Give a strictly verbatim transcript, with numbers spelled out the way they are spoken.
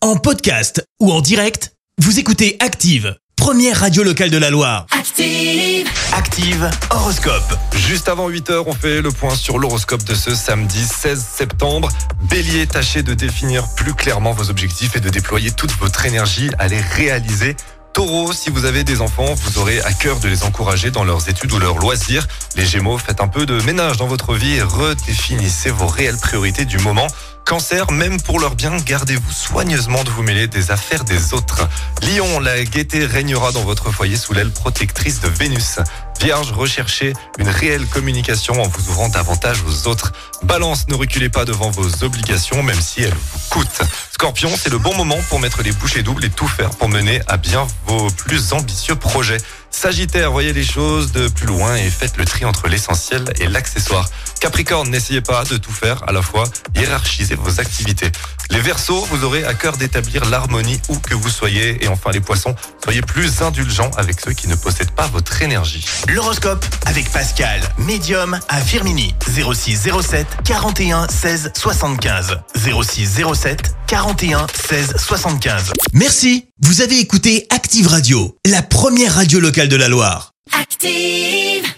En podcast ou en direct, vous écoutez Active, première radio locale de la Loire. Active, Active horoscope. Juste avant huit heures, on fait le point sur l'horoscope de ce samedi seize septembre. Bélier, tâchez de définir plus clairement vos objectifs et de déployer toute votre énergie à les réaliser. Taureau, si vous avez des enfants, vous aurez à cœur de les encourager dans leurs études ou leurs loisirs. Les Gémeaux, faites un peu de ménage dans votre vie et redéfinissez vos réelles priorités du moment. Cancer, même pour leur bien, gardez-vous soigneusement de vous mêler des affaires des autres. Lion, la gaieté régnera dans votre foyer sous l'aile protectrice de Vénus. Vierge, recherchez une réelle communication en vous ouvrant davantage aux autres. Balance, ne reculez pas devant vos obligations, même si elles vous coûtent. Scorpion, c'est le bon moment pour mettre les bouchées doubles et tout faire pour mener à bien vos plus ambitieux projets. Sagittaire, voyez les choses de plus loin et faites le tri entre l'essentiel et l'accessoire. Capricorne, n'essayez pas de tout faire à la fois, hiérarchisez vos activités. Les Verseaux, vous aurez à cœur d'établir l'harmonie où que vous soyez. Et enfin les Poissons, soyez plus indulgents avec ceux qui ne possèdent pas votre énergie. L'horoscope avec Pascal, médium à Firmini. zéro six zéro sept quarante et un seize soixante-quinze. zéro six zéro sept quarante et un seize soixante-quinze. Merci, vous avez écouté Active Radio, la première radio locale de la Loire. active.